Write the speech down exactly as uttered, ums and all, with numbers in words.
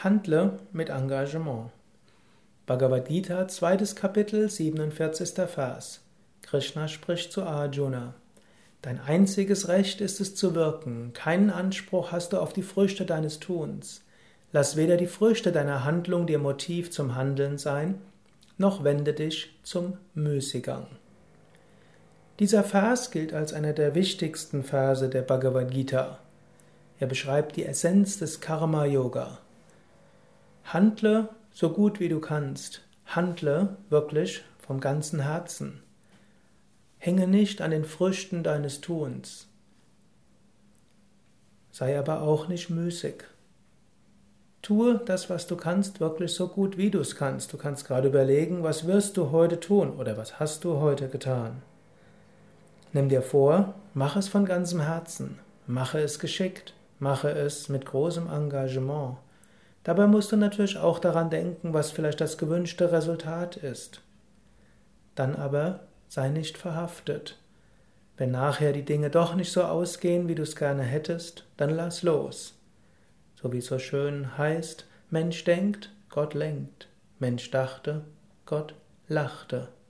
Handle mit Engagement. Bhagavad Gita, zweites Kapitel, siebenundvierzigster Vers. Krishna spricht zu Arjuna. Dein einziges Recht ist es zu wirken, keinen Anspruch hast du auf die Früchte deines Tuns. Lass weder die Früchte deiner Handlung dir Motiv zum Handeln sein, noch wende dich zum Müßiggang. Dieser Vers gilt als einer der wichtigsten Verse der Bhagavad Gita. Er beschreibt die Essenz des Karma-Yoga. Handle so gut wie du kannst. Handle wirklich vom ganzen Herzen. Hänge nicht an den Früchten deines Tuns. Sei aber auch nicht müßig. Tue das, was du kannst, wirklich so gut wie du es kannst. Du kannst gerade überlegen, was wirst du heute tun oder was hast du heute getan. Nimm dir vor, mach es von ganzem Herzen, mache es geschickt, mache es mit großem Engagement. Dabei musst du natürlich auch daran denken, was vielleicht das gewünschte Resultat ist. Dann aber sei nicht verhaftet. Wenn nachher die Dinge doch nicht so ausgehen, wie du es gerne hättest, dann lass los. So wie es so schön heißt, Mensch denkt, Gott lenkt. Mensch dachte, Gott lachte.